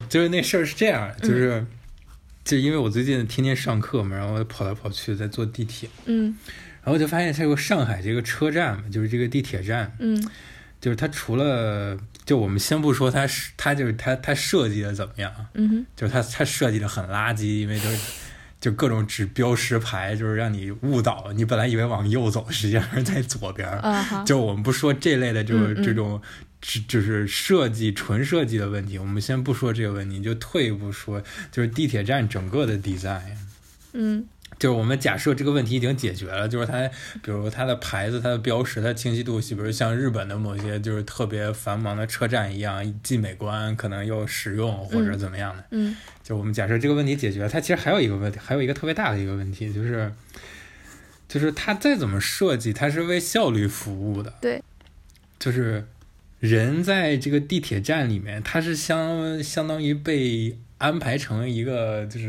就是那事儿是这样，就因为我最近天天上课嘛，然后我跑来跑去在坐地铁，然后就发现它有上海这个车站嘛，就是这个地铁站，就是它除了就我们先不说它设计的怎么样，就是它设计的很垃圾，因为就各种指标识牌，就是让你误导，你本来以为往右走，实际上是在左边。就我们不说这类的，就是这种就是纯设计的问题，我们先不说这个问题，就退一步说，就是地铁站整个的 design，就是我们假设这个问题已经解决了，就是它，比如它的牌子、它的标识、它清晰度，比如像日本的某些就是特别繁忙的车站一样，既美观可能又实用或者怎么样的。就我们假设这个问题解决了，它其实还有一个问题，还有一个特别大的一个问题，就是它再怎么设计，它是为效率服务的。 对， 就是人在这个地铁站里面，它是相当于被安排成一个就是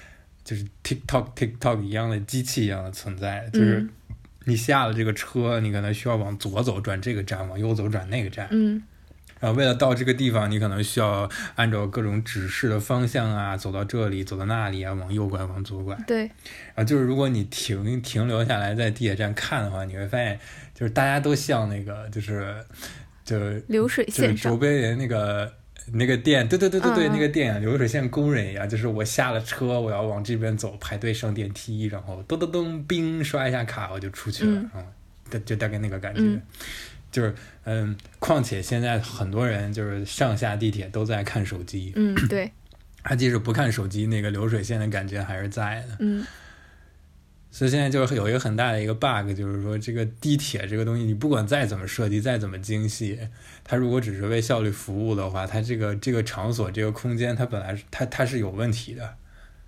TikTok 一样的机器一样的存在，就是你下了这个车，你可能需要往左走转这个站，往右走转那个站，然后为了到这个地方，你可能需要按照各种指示的方向啊，走到这里，走到那里啊，往右拐，往左拐。 对。 然后就是如果你停留下来在地铁站看的话，你会发现，就是大家都像那个就是流水线上， 就是周边人那个店，对，那个店流水线工人一样，就是我下了车，我要往这边走，排队上电梯，然后咚咚咚，冰刷一下卡，我就出去了，然后就大概那个感觉。就是况且现在很多人就是上下地铁都在看手机， 对， 他即使不看手机，那个流水线的感觉还是在的，所以现在就是有一个很大的一个 bug， 就是说这个地铁这个东西，你不管再怎么设计，再怎么精细，它如果只是为效率服务的话，它这个场所这个空间，它本来它是有问题的，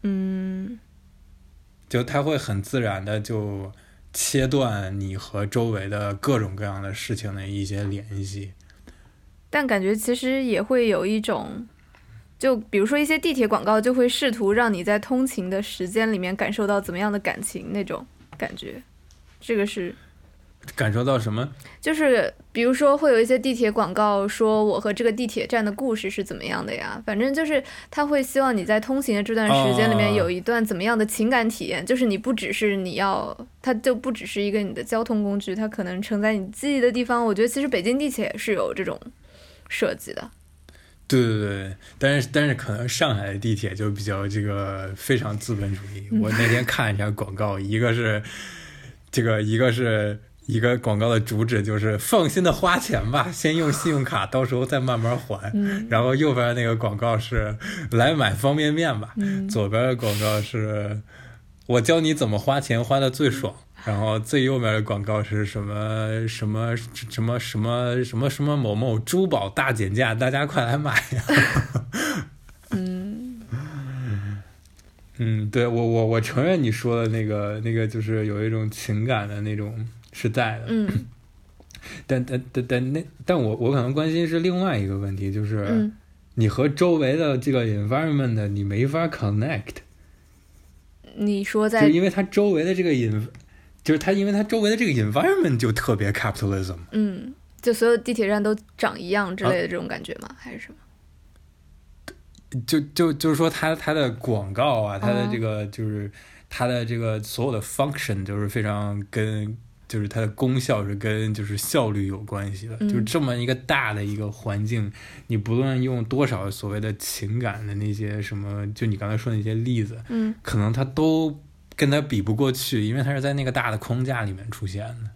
就它会很自然的就切断你和周围的各种各样的事情的一些联系， 但感觉其实也会有一种，就比如说一些地铁广告就会试图让你在通勤的时间里面感受到怎么样的感情那种感觉，这个是感受到什么？ 就是比如说会有一些地铁广告说我和这个地铁站的故事是怎么样的呀，反正就是他会希望你在通行的这段时间里面有一段怎么样的情感体验，就是你不只是它就不只是一个你的交通工具，它可能承载你记忆的地方。我觉得其实北京地铁也是有这种设计的。 对，但是可能上海的地铁就比较这个非常资本主义。我那天看一下广告，一个是一个广告的主旨就是放心的花钱吧，先用信用卡，到时候再慢慢还。然后右边那个广告是来买方便面吧，左边的广告是我教你怎么花钱花的最爽。然后最右面的广告是什么某某珠宝大减价，大家快来买呀！对，我承认你说的那个就是有一种情感的那种是在的，但我可能关心是另外一个问题，就是你和周围的这个 environment 你没法 connect。 你说在， 就因为它周围的这个因为它周围的这个 environment 就特别 capitalism， 就所有地铁站都长一样之类的这种感觉吗？还是什么？ 就是说它的广告啊，它的这个就是它的这个所有的 function 就是非常就是它的功效是跟就是效率有关系的，就是这么一个大的一个环境，你不论用多少所谓的情感的那些什么，就你刚才说的那些例子，可能它都跟它比不过去，因为它是在那个大的框架里面出现的。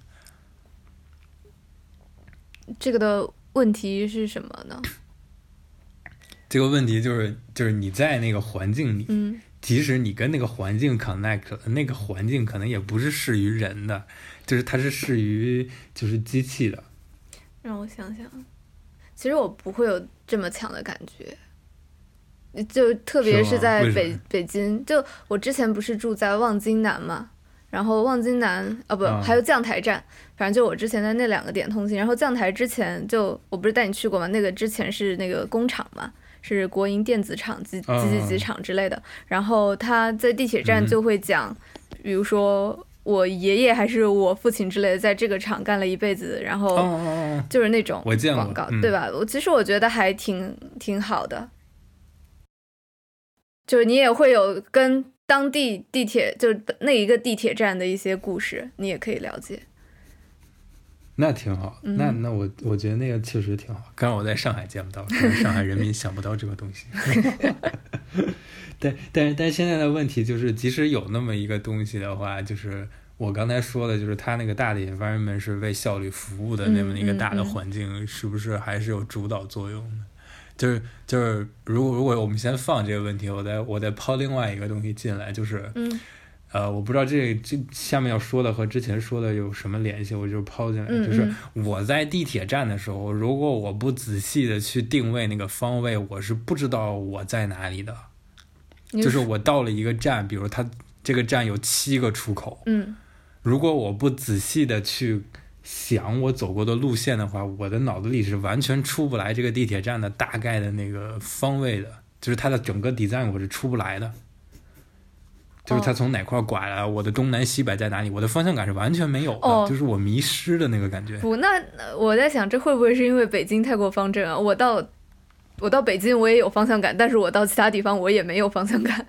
这个的问题是什么呢？ 这个问题就是你在那个环境里，即使你跟那个环境 connect， 那个环境可能也不是适于人的，就是它是适于就是机器的。 让我想想，其实我不会有这么强的感觉，就特别是在北京，就我之前不是住在望京南嘛，然后望京南还有将台站，反正就我之前在那两个点通勤，然后将台之前就我不是带你去过吗？那个之前是那个工厂嘛。是国营电子厂、机器厂之类的，然后他在地铁站就会讲，比如说我爷爷还是我父亲之类的，在这个厂干了一辈子，然后就是那种广告，对吧？其实我觉得还挺好的。 就是你也会有跟当地地铁就那一个地铁站的一些故事，你也可以了解。 那挺好，那我觉得那个确实挺好。刚刚我在上海见不到，可能上海人民想不到这个东西。但现在的问题就是，即使有那么一个东西的话，就是我刚才说的，就是它那个大的 environment 是为效率服务的那么一个大的环境，是不是还是有主导作用的？就是如果我们先放这个问题，我再抛另外一个东西进来，就是我不知道这下面要说的和之前说的有什么联系，我就抛进来。就是我在地铁站的时候，如果我不仔细的去定位那个方位，我是不知道我在哪里的。就是我到了一个站，比如它这个站有7个出口，如果我不仔细的去想我走过的路线的话，我的脑子里是完全出不来这个地铁站的大概的那个方位的，就是它的整个 design 我是出不来的。就是它从哪块拐来，我的东南西北在哪里，我的方向感是完全没有的，就是我迷失的那个感觉。 不，那我在想，这会不会是因为北京太过方正啊？我到北京我也有方向感，但是我到其他地方我也没有方向感。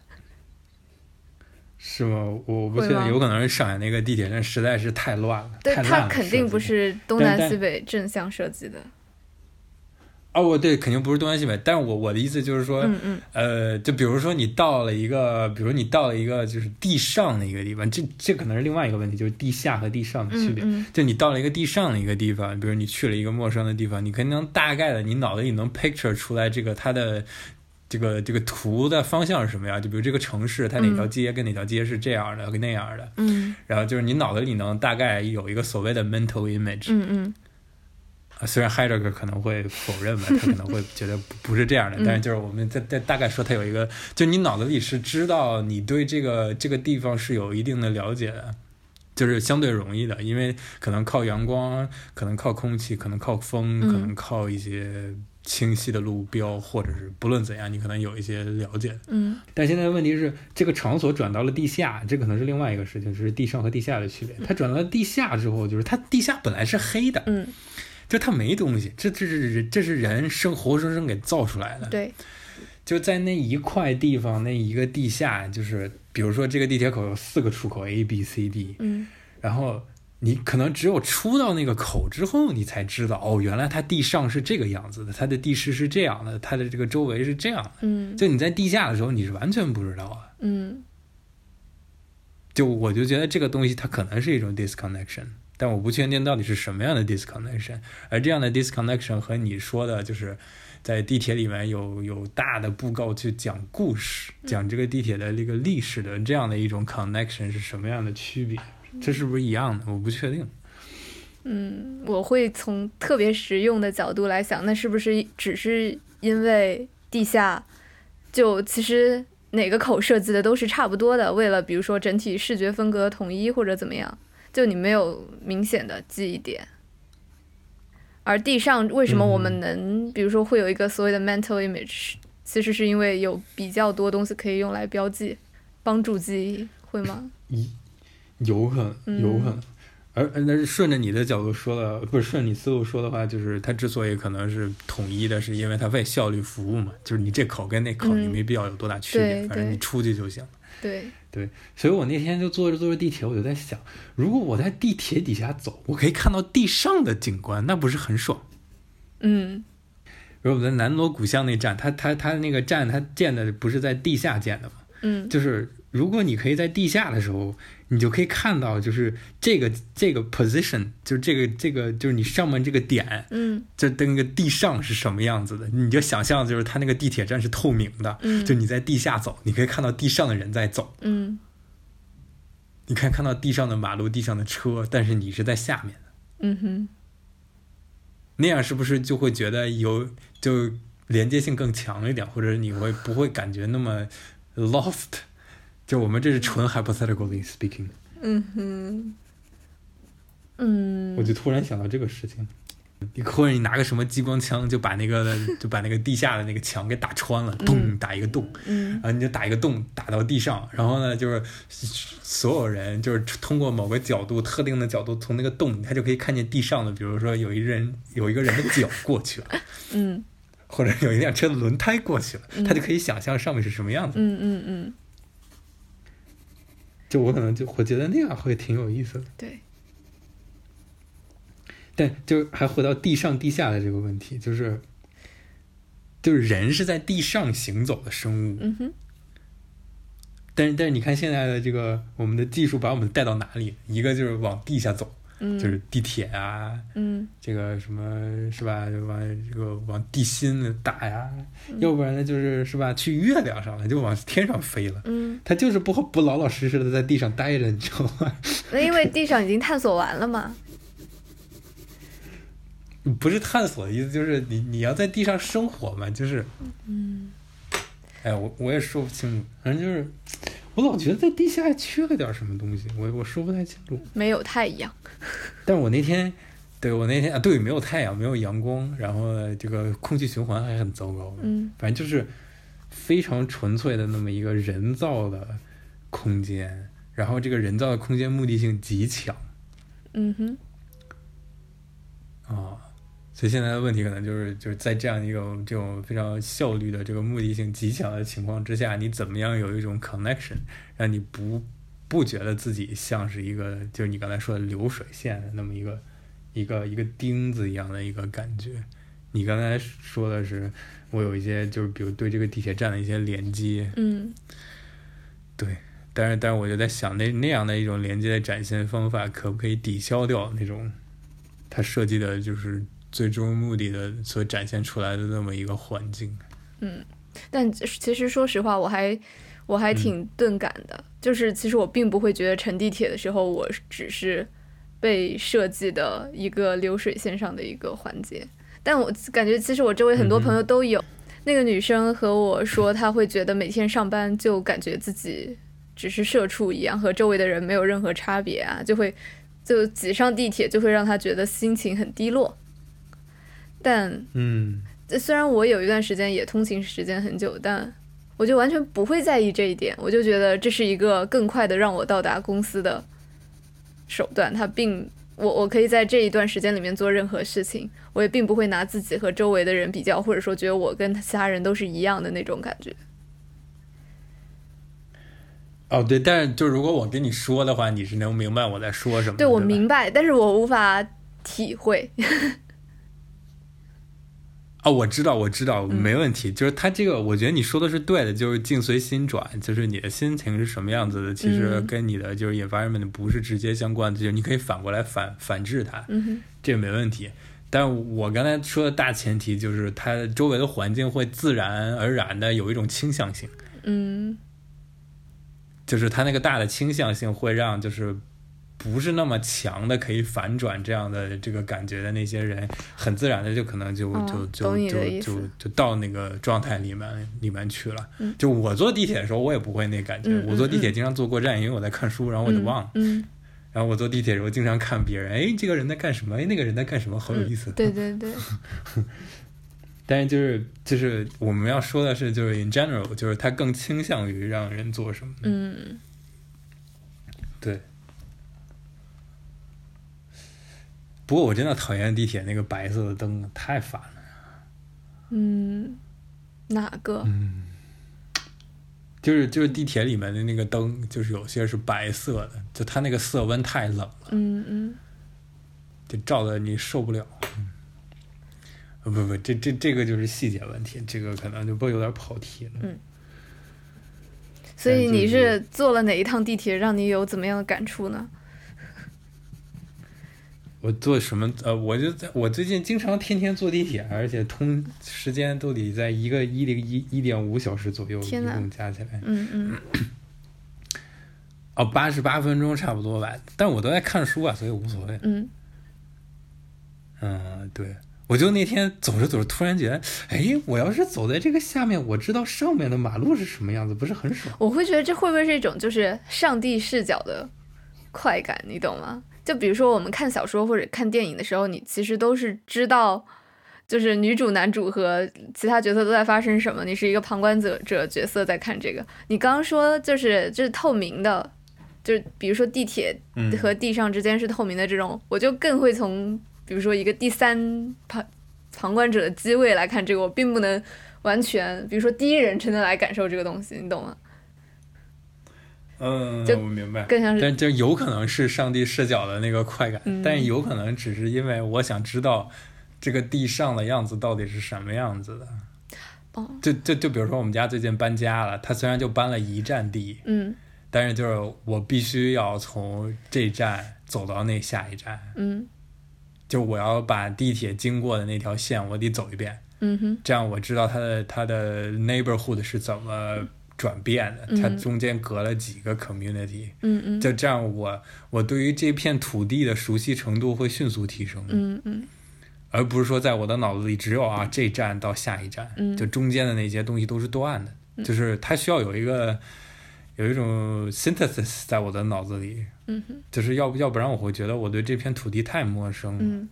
是吗？我不确定，有可能是上海那个地铁站实在是太乱了。 对，它肯定不是东南西北正向设计的。 对，肯定不是东南西北，但是我的意思就是说，就比如说你到了一个就是地上的一个地方，这可能是另外一个问题，就是地下和地上的区别。就你到了一个地上的一个地方，比如你去了一个陌生的地方，你可能大概的你脑子里能 picture 出来它的这个图的方向是什么样，就比如这个城市它哪条街跟哪条街是这样的跟那样的，然后就是你脑子里能大概有一个所谓的 mental image。虽然 Heidegger 可能会否认吧，他可能会觉得不是这样的，但是就是我们在大概说他有一个，就你脑子里是知道你对这个地方是有一定的了解的，就是相对容易的，因为可能靠阳光，可能靠空气，可能靠风，可能靠一些清晰的路标，或者是不论怎样，你可能有一些了解。但现在的问题是，这个场所转到了地下，这可能是另外一个事情，就是地上和地下的区别。它转到了地下之后，就是它地下本来是黑的。就它没东西，这是人活生生给造出来的。 对， 就在那一块地方，那一个地下，就是比如说这个地铁口有4个出口 A B C D，然后你可能只有出到那个口之后，你才知道原来它地上是这个样子的，它的地势是这样的，它的这个周围是这样的。就你在地下的时候，你是完全不知道的。就我就觉得这个东西它可能是一种 disconnection。但我不确定到底是什么样的 disconnection， 而这样的 disconnection 和你说的就是在地铁里面有大的布告去讲故事，讲这个地铁的这个历史的这样的一种 connection 是什么样的区别？这是不是一样的？我不确定。 我会从特别实用的角度来想，那是不是只是因为地下就其实哪个口设计的都是差不多的，为了比如说整体视觉风格统一或者怎么样，就你没有明显的记忆点。而地上为什么我们能比如说会有一个所谓的 mental image， 其实是因为有比较多东西可以用来标记，帮助记忆，会吗？ 有可能。而那是顺着你的角度说的，不是顺着你思路说的话，就是它之所以可能是统一的，是因为它为效率服务嘛，就是你这口跟那口你没必要有多大区别，反正你出去就行。对，所以我那天就坐着地铁，我就在想，如果我在地铁底下走，我可以看到地上的景观，那不是很爽？如果我在南锣鼓巷那站，它那个站它建的不是在地下建的吗？就是如果你可以在地下的时候，你就可以看到，就是这个 position， 就是这个就是你上面这个点，就那个地上是什么样子的，你就想象就是它那个地铁站是透明的，就你在地下走，你可以看到地上的人在走，你可以看到地上的马路、地上的车，但是你是在下面的，那样是不是就会觉得就连接性更强一点，或者你不会感觉那么 lost？就我们这是纯 hypothetically speaking。我就突然想到这个事情，或者你拿个什么激光枪就把那个地下的那个墙给打穿了，咚，打一个洞，然后你就打一个洞打到地上，然后呢就是所有人就是通过某个角度特定的角度从那个洞他就可以看见地上的，比如说有一个人的脚过去了， 或者有一辆车的轮胎过去了，他就可以想象上面是什么样子。就我可能就会觉得那样会挺有意思的。 对。 但就还回到地上地下的这个问题，就是人是在地上行走的生物。但是你看现在的这个我们的技术把我们带到哪里？一个就是往地下走，就是地铁啊，这个什么是吧？往地心打呀，要不然呢是吧？去月亮上了，就往天上飞了。它就是不老老实实的在地上待着，你知道吗？ 那因为地上已经探索完了嘛。 不是探索的意思，就是你要在地上生活嘛，就是哎，我也说不清楚，反正就是我老觉得在地下缺了点什么东西，我说不太清楚。 没有太阳。 但是我那天啊，对，没有太阳，没有阳光，然后这个空气循环还很糟糕。反正就是非常纯粹的那么一个人造的空间，然后这个人造的空间目的性极强。所以现在的问题可能就是在这样一个这种非常效率的这个目的性极强的情况之下，你怎么样有一种 connection， 让你不觉得自己像是一个就是你刚才说的流水线的那么一个钉子一样的一个感觉。你刚才说的是我有一些就是比如对这个地铁站的一些连接。对，但是我就在想那样的一种连接的展现方法可不可以抵消掉那种它设计的就是最终目的的所展现出来的那么一个环境。 但其实说实话我还挺钝感的，就是其实我并不会觉得乘地铁的时候我只是被设计的一个流水线上的一个环节，但我感觉其实我周围很多朋友都有。那个女生和我说她会觉得每天上班就感觉自己只是社畜一样，和周围的人没有任何差别啊，就挤上地铁就会让她觉得心情很低落。但虽然我有一段时间也通勤时间很久，但我就完全不会在意这一点，我就觉得这是一个更快的让我到达公司的手段。我可以在这一段时间里面做任何事情，我也并不会拿自己和周围的人比较，或者说觉得我跟其他人都是一样的那种感觉。 对，但是就如果我跟你说的话，你是能明白我在说什么。 对，我明白，但是我无法体会。 我知道，没问题。就是他这个，我觉得你说的是对的，就是境随心转，就是你的心情是什么样子的，其实跟你的就是 environment 不是直接相关的，就是你可以反过来反制它，这个没问题。但我刚才说的大前提就是它周围的环境会自然而然的有一种倾向性，就是它那个大的倾向性会让就是不是那么强的可以反转这样的这个感觉的那些人，很自然的就可能就到那个状态里面去了。就我坐地铁的时候，我也不会那感觉。我坐地铁经常坐过站，因为我在看书，然后我就忘了。然后我坐地铁的时候，经常看别人，哎，这个人在干什么？哎，那个人在干什么？好有意思。 对。 但是就是我们要说的是，就是 in general， 就是他更倾向于让人做什么。对。不过我真的讨厌地铁那个白色的灯，太烦了。 哪个？ 就是地铁里面的那个灯，就是有些是白色的，就它那个色温太冷了。就照的你受不了。不，这个就是细节问题，这个可能就有点跑题了。 所以你是坐了哪一趟地铁让你有怎么样的感触呢？ 我坐什么？我最近经常天天坐地铁，而且通时间都得在1.5小时左右，一共加起来。88分钟差不多吧，但我都在看书啊，所以无所谓。对，我就那天走着走着，突然觉得，哎，我要是走在这个下面，我知道上面的马路是什么样子，不是很爽？ 我会觉得这会不会是一种就是上帝视角的快感，你懂吗？就比如说我们看小说或者看电影的时候，你其实都是知道就是女主男主和其他角色都在发生什么，你是一个旁观者角色在看这个。你刚刚说就是透明的，就是比如说地铁和地上之间是透明的这种，我就更会从比如说一个第三旁观者的机位来看这个，我并不能完全，比如说第一人称的来感受这个东西，你懂吗？ 我明白， 更像是， 但这有可能是上帝视角的那个快感，但有可能只是因为我想知道这个地上的样子到底是什么样子的。就比如说我们家最近搬家了，他虽然就搬了一站地，但是就是我必须要从这站走到那下一站，就我要把地铁经过的那条线我得走一遍，这样我知道它的 neighborhood 是怎么转变的，它中间隔了几个 community，就这样我对于这片土地的熟悉程度会迅速提升，而不是说在我的脑子里只有这站到下一站，就中间的那些东西都是断的，就是它需要有一种 synthesis 在我的脑子里，就是要不然我会觉得我对这片土地太陌生，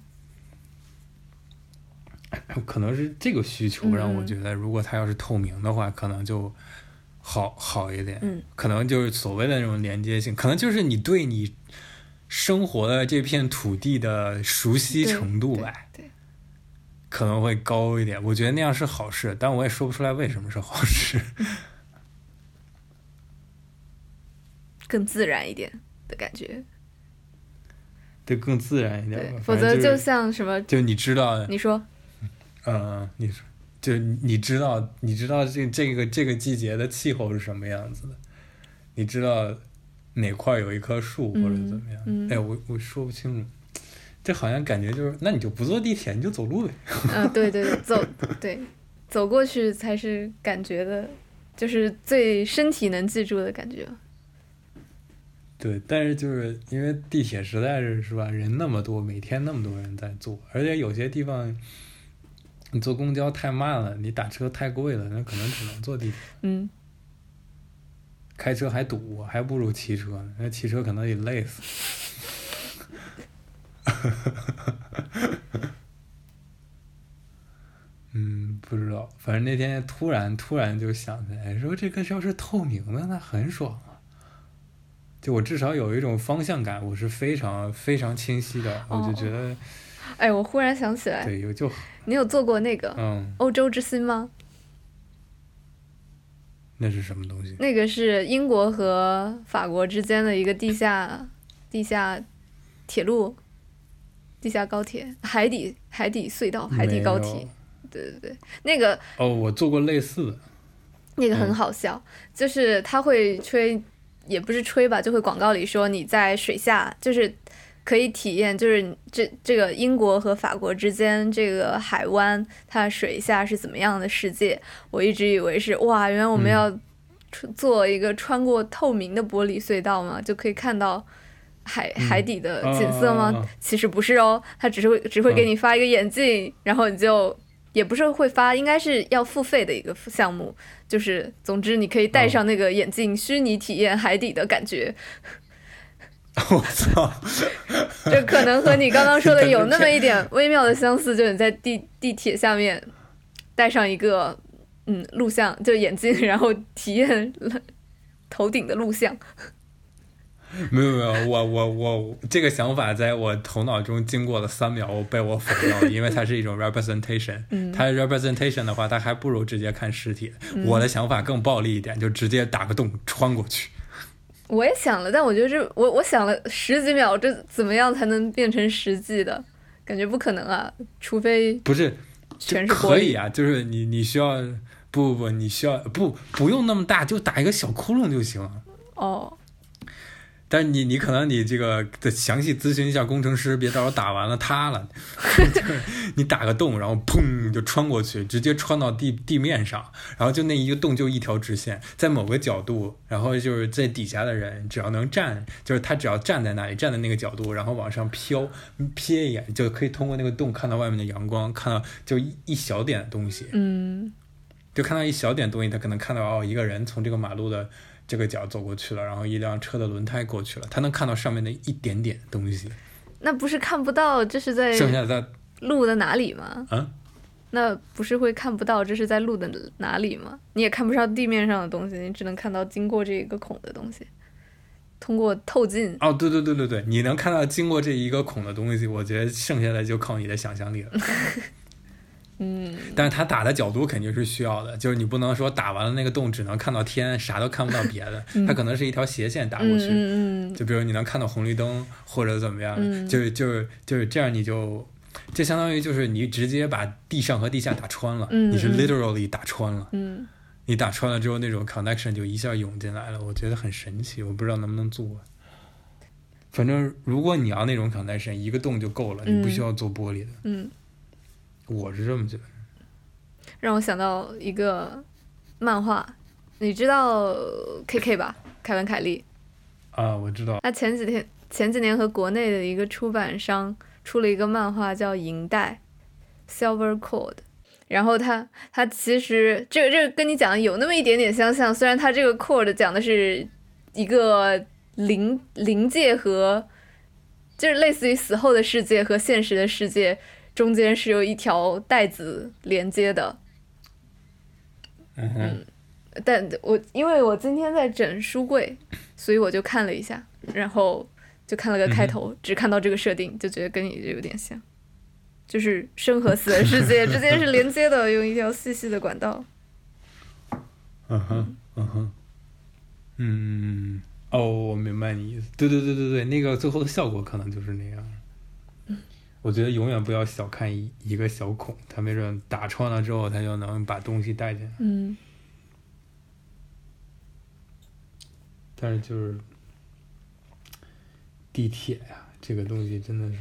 可能是这个需求让我觉得，如果它要是透明的话，可能就好一点，可能就是所谓的那种连接性，可能就是你对你生活的这片土地的熟悉程度吧， 对， 可能会高一点。我觉得那样是好事，但我也说不出来为什么是好事。 更自然一点的感觉， 对，更自然一点。 否则就像什么， 就你知道， 你说， 你说，就你知道这个季节的气候是什么样子的，你知道哪块有一棵树或者怎么样？我说不清楚，这好像感觉就是，那你就不坐地铁，你就走路呗。 对，走过去才是感觉的，就是最身体能记住的感觉。 对，但是就是因为地铁实在是吧，人那么多，每天那么多人在坐，而且有些地方你坐公交太慢了，你打车太贵了，那可能只能坐地铁。开车还堵，还不如骑车呢，那骑车可能得累死。不知道，反正那天突然就想起来，说这个要是透明的，那很爽啊。就我至少有一种方向感，我是非常非常清晰的，我就觉得， 我忽然想起来， 对， 你有做过那个欧洲之星吗？ 那是什么东西？ 那个是英国和法国之间的一个地下铁路、地下高铁、海底隧道、海底高铁。对，那个我做过类似的， 那个很好笑，就是他会吹。也不是吹吧，就会广告里说你在水下，就是可以体验，就是这个英国和法国之间这个海湾，它水下是怎么样的世界。我一直以为是哇，原来我们要做一个穿过透明的玻璃隧道嘛，就可以看到海底的景色吗？其实不是哦，它只会给你发一个眼镜，然后你就。也不是会发，应该是要付费的一个项目，就是总之你可以戴上那个眼镜，虚拟体验海底的感觉。 我操！ 这可能和你刚刚说的有那么一点微妙的相似，就是你在地铁下面戴上一个录像，就眼镜，然后体验头顶的录像。 没有，我这个想法在我头脑中经过了3秒，我被我否掉了，因为它是一种 representation。它 representation 的话，它还不如直接看实体。我的想法更暴力一点，就直接打个洞穿过去。 我也想了，但我觉得我想了10几秒，这怎么样才能变成实际的？感觉不可能啊，除非不是全是玻璃。 可以啊，就是你需要不，你需要不用那么大，就打一个小窟窿就行了。但是你可能你这个得详细咨询一下工程师，别到时候打完了塌了。就是你打个洞，然后砰就穿过去，直接穿到地面上，然后就那一个洞就一条直线，在某个角度，然后就是在底下的人只要能站，就是他只要站在那里，站在那个角度，然后往上瞥一眼，就可以通过那个洞看到外面的阳光，看到就一小点东西。就看到一小点东西，他可能看到一个人从这个马路的这个角走过去了，然后一辆车的轮胎过去了，他能看到上面的一点点东西。 那不是看不到，这是在剩下在路的哪里吗？那不是会看不到，这是在路的哪里吗？你也看不上地面上的东西，你只能看到经过这个孔的东西，通过透镜。 对，你能看到经过这一个孔的东西，我觉得剩下的就靠你的想象力了。 但是它打的角度肯定是需要的，就是你不能说打完了那个洞只能看到天，啥都看不到别的，它可能是一条斜线打过去，就比如你能看到红绿灯或者怎么样，就是这样，你就相当于就是你直接把地上和地下打穿了，你是 literally 打穿了，你打穿了之后那种 connection 就一下涌进来了，我觉得很神奇，我不知道能不能做。反正如果你要那种 connection， 一个洞就够了，你不需要做玻璃的。我是这么觉得。 让我想到一个漫画，你知道 KK 吧？凯文·凯利。 啊，我知道。 他前几年和国内的一个出版商出了一个漫画叫《银带》（Silver Cord），然后他其实这个跟你讲的有那么一点点相像，虽然他这个 cord 讲的是一个灵界和就是类似于死后的世界和现实的世界中间是有一条带子连接的。但因为我今天在整书柜，所以我就看了一下，然后就看了个开头，只看到这个设定就觉得跟你有点像，就是生和死的世界之间是连接的，用一条细细的管道。 我明白你意思。对，那个最后的效果可能就是那样。我觉得永远不要小看一个小孔，它没准打穿了之后，它就能把东西带进来。但是就是地铁呀，这个东西真的是。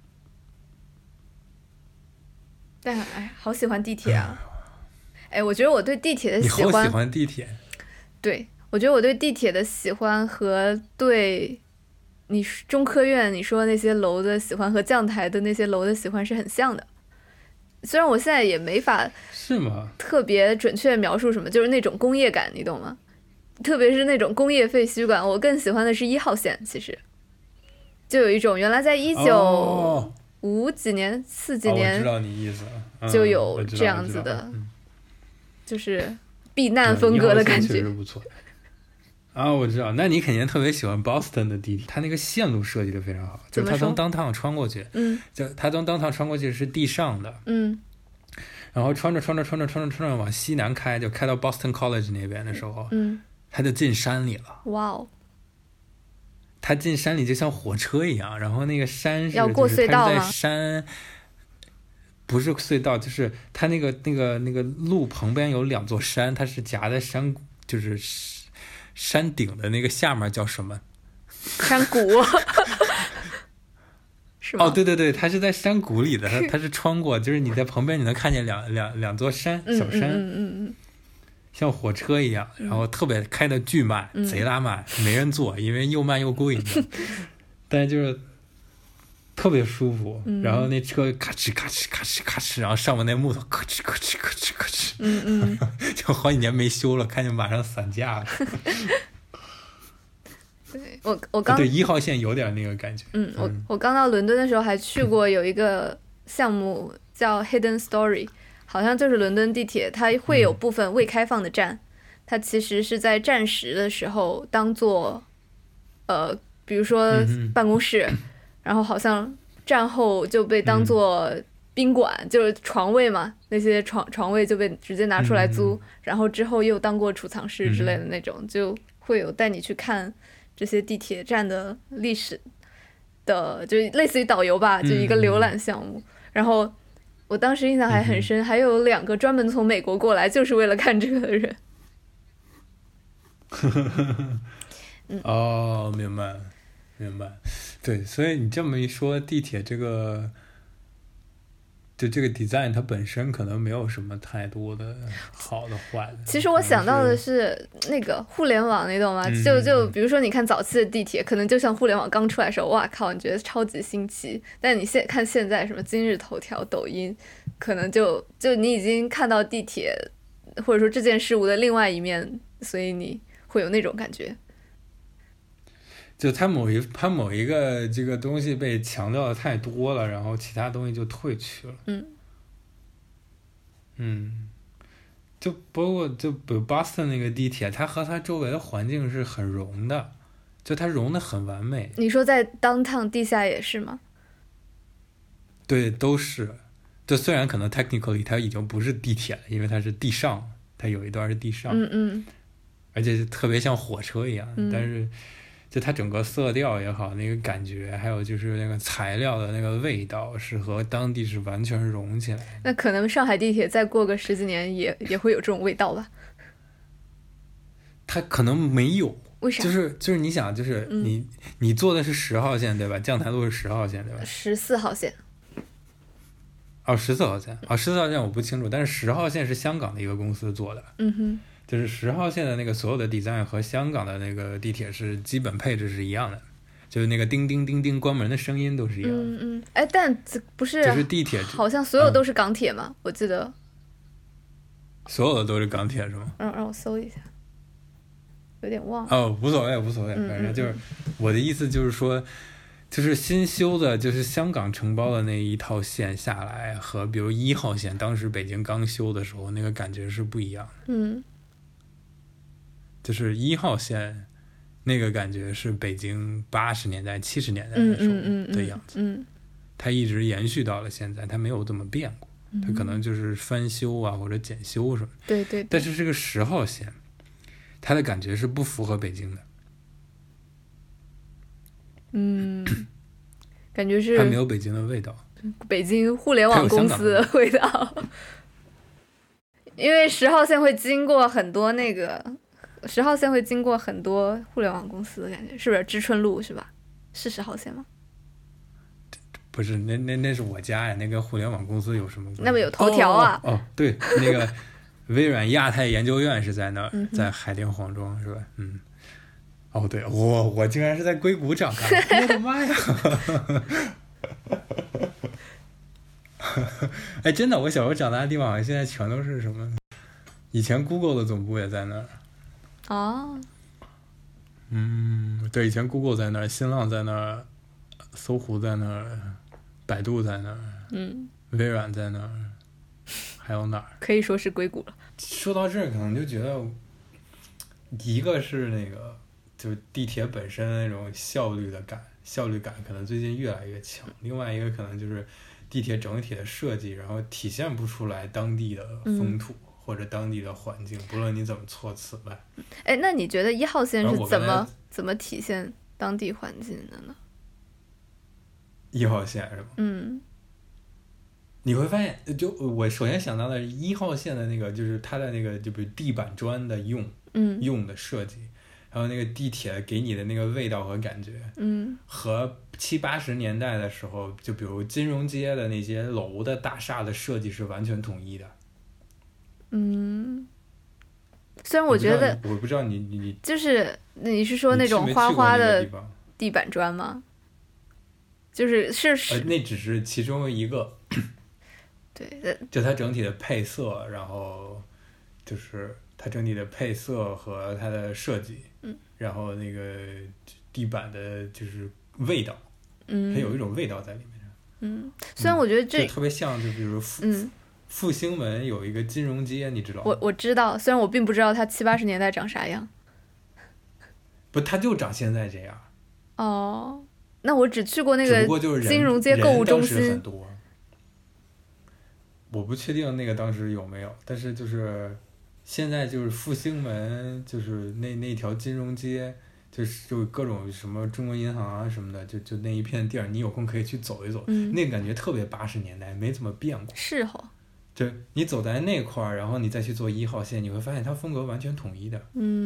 但好喜欢地铁啊！我觉得我对地铁的喜欢。 你好喜欢地铁？ 对，我觉得我对地铁的喜欢和对你中科院你说那些楼的喜欢和将台的那些楼的喜欢是很像的。虽然我现在也没法是吗？ 特别准确描述什么，就是那种工业感，你懂吗？特别是那种工业废墟感，我更喜欢的是1号线。其实就有一种原来在1950几年、4几年， 我知道你意思了， 就有这样子的，就是避难风格的感觉。 确实不错。我知道，那你肯定特别喜欢 Boston 的地铁，它那个线路设计的非常好，就是它从 downtown 穿过去，就它从 downtown 穿过去是地上的，然后穿着往西南开，就开到 Boston College 那边的时候，它就进山里了。 哇哦！ 它进山里就像火车一样，然后那个山是要过隧道吗？ 它在山不是隧道，就是它那个路旁边有2座山，它是夹在山，就是山顶的那个下面叫什么？ 山谷。是吗？ 对，它是在山谷里的，它是穿过，就是你在旁边你能看见两座山，小山，像火车一样，然后特别开的巨慢，贼拉慢，没人坐，因为又慢又贵，但是就是特别舒服。然后那车咔哧咔哧咔哧咔哧，然后上面那木头咔哧咔哧咔哧咔哧，就好几年没修了，看见马上散架了。 对，我刚对1号线有点那个感觉。 我刚到伦敦的时候还去过有一个项目叫 Hidden Story， 好像就是伦敦地铁，它会有部分未开放的站，它其实是在战时的时候当做比如说办公室，然后好像战后就被当做宾馆，就是床位嘛，那些床位就被直接拿出来租，然后之后又当过储藏室之类的那种，就会有带你去看这些地铁站的历史的，就类似于导游吧，就一个浏览项目。然后我当时印象还很深，还有2个专门从美国过来就是为了看这个的人。 明白。对，所以你这么一说，地铁这个design 它本身可能没有什么太多的好的坏的。 其实我想到的是那个互联网，你懂吗？就比如说你看早期的地铁，可能就像互联网刚出来的时候，哇靠，你觉得超级新奇。但你看现在什么今日头条、抖音，可能就你已经看到地铁或者说这件事物的另外一面，所以你会有那种感觉。 就它某一个这个东西被强调的太多了，然后其他东西就退去了。就包括比如 Boston 那个地铁，它和它周围的环境是很融的，就它融得很完美。 你说在 downtown 地下也是吗？ 对，都是， 就虽然可能 technically 它已经不是地铁了，因为它是地上，它有一段是地上，而且特别像火车一样，但是就它整个色调也好，那个感觉，还有就是那个材料的那个味道，是和当地是完全融起来的。 那可能上海地铁再过个10几年也会有这种味道吧？ 它可能没有。 为啥？ 就是你想，就是你坐的是10号线对吧？将台路是10号线对吧 ？14号线。 14号线14号线我不清楚，但是10号线是香港的一个公司做的。就是10号线的那个所有的 design 和香港的那个地铁是基本配置是一样的，就是那个叮叮叮叮关门的声音都是一样的。 哎，但不是， 就是地铁好像所有都是港铁嘛，我记得。 所有的都是港铁是吗？ 让我搜一下，有点忘了。 哦，无所谓，反正就是我的意思就是说。就是新修的，就是香港承包的那一套线下来，和比如1号线当时北京刚修的时候那个感觉是不一样的。就是1号线那个感觉是北京80年代70年代的时候的样子。它一直延续到了现在，它没有这么变过。它可能就是翻修啊或者检修什么的。 对。 但是这个10号线，它的感觉是不符合北京的。 感觉是它没有北京的味道， 北京互联网公司的味道。因为10号线会经过很多10号线会经过很多互联网公司的感觉，是不是？知春路是吧？是10号线吗？ 不是，那是我家呀，那跟互联网公司有什么关系？ 那么有头条啊？ 对，那个微软亚太研究院是在那儿，在海淀黄庄是吧？对，我竟然是在硅谷长大的，我的妈呀！哎，真的，我小时候长大的地方好像现在全都是什么？以前 Google 的总部也在那儿。对，以前 Google 在那儿，新浪在那儿，搜狐在那儿，百度在那儿，微软在那儿，还有哪儿？ 可以说是硅谷了。 说到这儿，可能就觉得，一个是那个。就是地铁本身的那种效率感可能最近越来越强。另外一个可能就是地铁整体的设计，然后体现不出来当地的风土或者当地的环境，不论你怎么措辞吧。 哎，那你觉得1号线是怎么体现当地环境的呢 ？1号线是吗？你会发现，就我首先想到的1号线的那个，就是它的那个，就比如地板砖的用的设计。还有那个地铁给你的那个味道和感觉，和70、80年代的时候，就比如金融街的那些楼的大厦的设计是完全统一的。 虽然我觉得， 我不知道你就是你是说那种花花的地板砖吗？就是那只是其中一个。 对， 就它整体的配色，然后就是它整体的配色和它的设计，然后那个地板的就是味道，它有一种味道在里面。 虽然我觉得这特别像，就比如复兴门有一个金融街，你知道吗？ 我知道，虽然我并不知道它70、80年代长啥样。 不，它就长现在这样。 那我只去过那个金融街购物中心。 我不确定那个当时有没有，但是就是现在就是复兴门，就是那条金融街，就各种什么中国银行啊什么的，就那一片地儿，你有空可以去走一走，那个感觉特别80年代，没怎么变过。 是哈。 就你走在那块儿，然后你再去坐1号线，你会发现它风格完全统一的。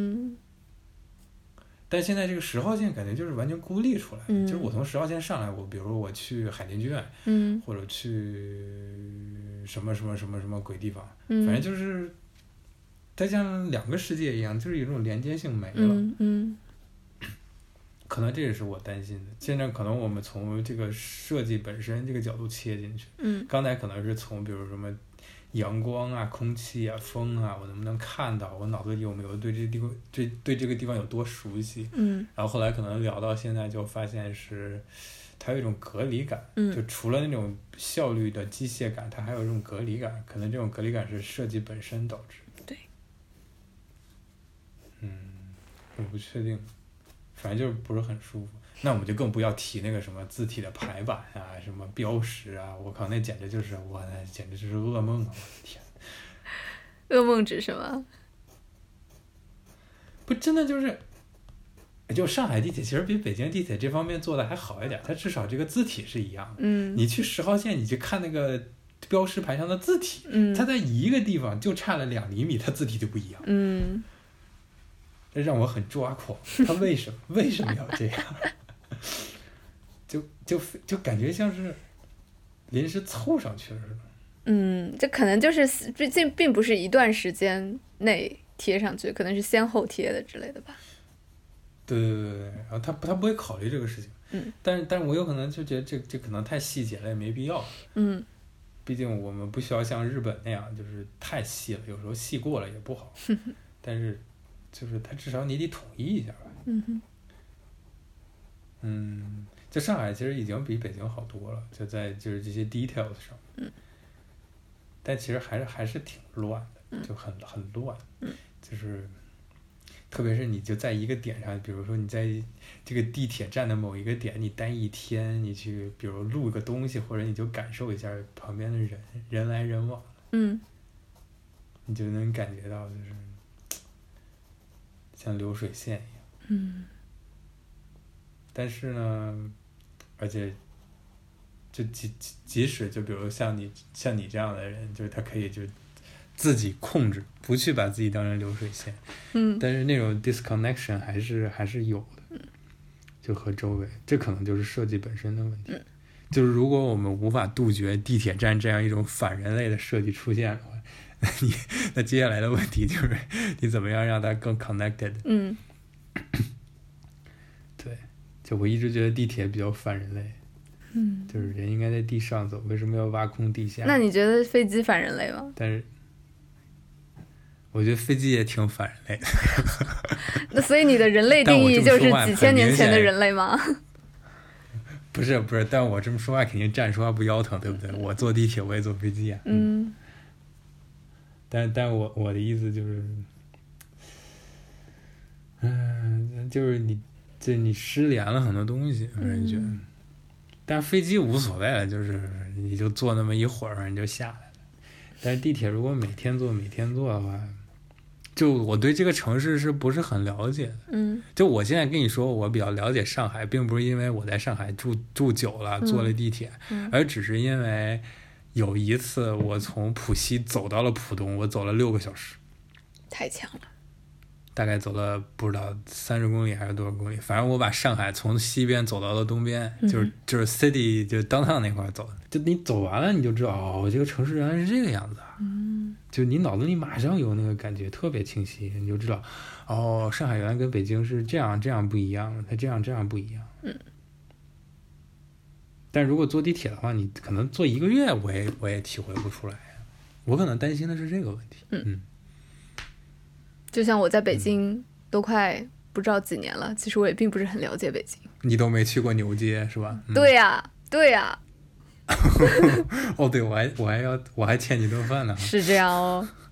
但现在这个10号线感觉就是完全孤立出来，就是我从10号线上来，比如我去海淀剧院，或者去什么什么什么什么鬼地方，反正就是它像2个世界一样，就是有一种连接性没了。可能这也是我担心的。现在可能我们从这个设计本身这个角度切进去，刚才可能是从比如什么阳光啊、空气啊、风啊，我能不能看到？我脑子里有没有对这个地方有多熟悉？然后后来可能聊到现在，就发现是它有一种隔离感，就除了那种效率的机械感，它还有一种隔离感。可能这种隔离感是设计本身导致的。 对。 我不确定。 反正就是不是很舒服。那我们就更不要提那个什么字体的排版啊，什么标识啊，我靠，那简直就是噩梦啊！我的天， 噩梦指什么？ 不，真的就上海地铁其实比北京地铁这方面做的还好一点，它至少这个字体是一样的。你去10号线，你去看那个标识牌上的字体，它在一个地方就差了2厘米，它字体就不一样。这让我很抓狂，它为什么要这样？就感觉像是临时凑上去了似的。这可能就是毕竟并不是一段时间内贴上去，可能是先后贴的之类的吧。 对，然后他不会考虑这个事情。但是我有可能就觉得这可能太细节了，也没必要。毕竟我们不需要像日本那样就是太细了，有时候细过了也不好。但是就是他至少你得统一一下吧。就上海其实已经比北京好多了，就在就是这些 details 上。但其实还是挺乱的，就很乱。就是特别是你就在一个点上，比如说你在这个地铁站的某一个点，你待一天，你去比如录个东西，或者你就感受一下旁边的人来人往。你就能感觉到就是像流水线一样。但是呢，而且就即使就比如像你这样的人，就是他可以就自己控制，不去把自己当成流水线。但是那种 disconnection 还是有的。就和周围，这可能就是设计本身的问题。就是如果我们无法杜绝地铁站这样一种反人类的设计出现的话，那接下来的问题就是你怎么样让它更 connected。对，就我一直觉得地铁比较反人类。就是人应该在地上走，为什么要挖空地下？ 那你觉得飞机反人类吗？ 但是我觉得飞机也挺反人类的。 那所以你的人类定义就是几千年前的人类吗？ 不是，但我这么说话肯定站说话不腰疼，对不对？我坐地铁我也坐飞机啊。但我的意思就是，就是你失联了很多东西，反正觉得。但飞机无所谓了，就是你就坐那么一会儿你就下来了。但是地铁如果每天坐的话，就我对这个城市是不是很了解的。就我现在跟你说我比较了解上海，并不是因为我在上海住久了坐了地铁，而只是因为有一次我从浦西走到了浦东，我走了6个小时。 太强了。 大概走了不知道30公里还是多少公里，反正我把上海从西边走到了东边，就是 city 就 downtown 那块走的。就你走完了你就知道，这个城市原来是这个样子。就你脑子里马上有那个感觉，特别清晰，你就知道上海原来跟北京是这样不一样，它这样不一样。但如果坐地铁的话，你可能坐1个月我也体会不出来。我可能担心的是这个问题。 就像我在北京都快不知道几年了，其实我也并不是很了解北京。 你都没去过牛街是吧？ 对呀。 对，我还欠你顿饭呢。 是这样哦。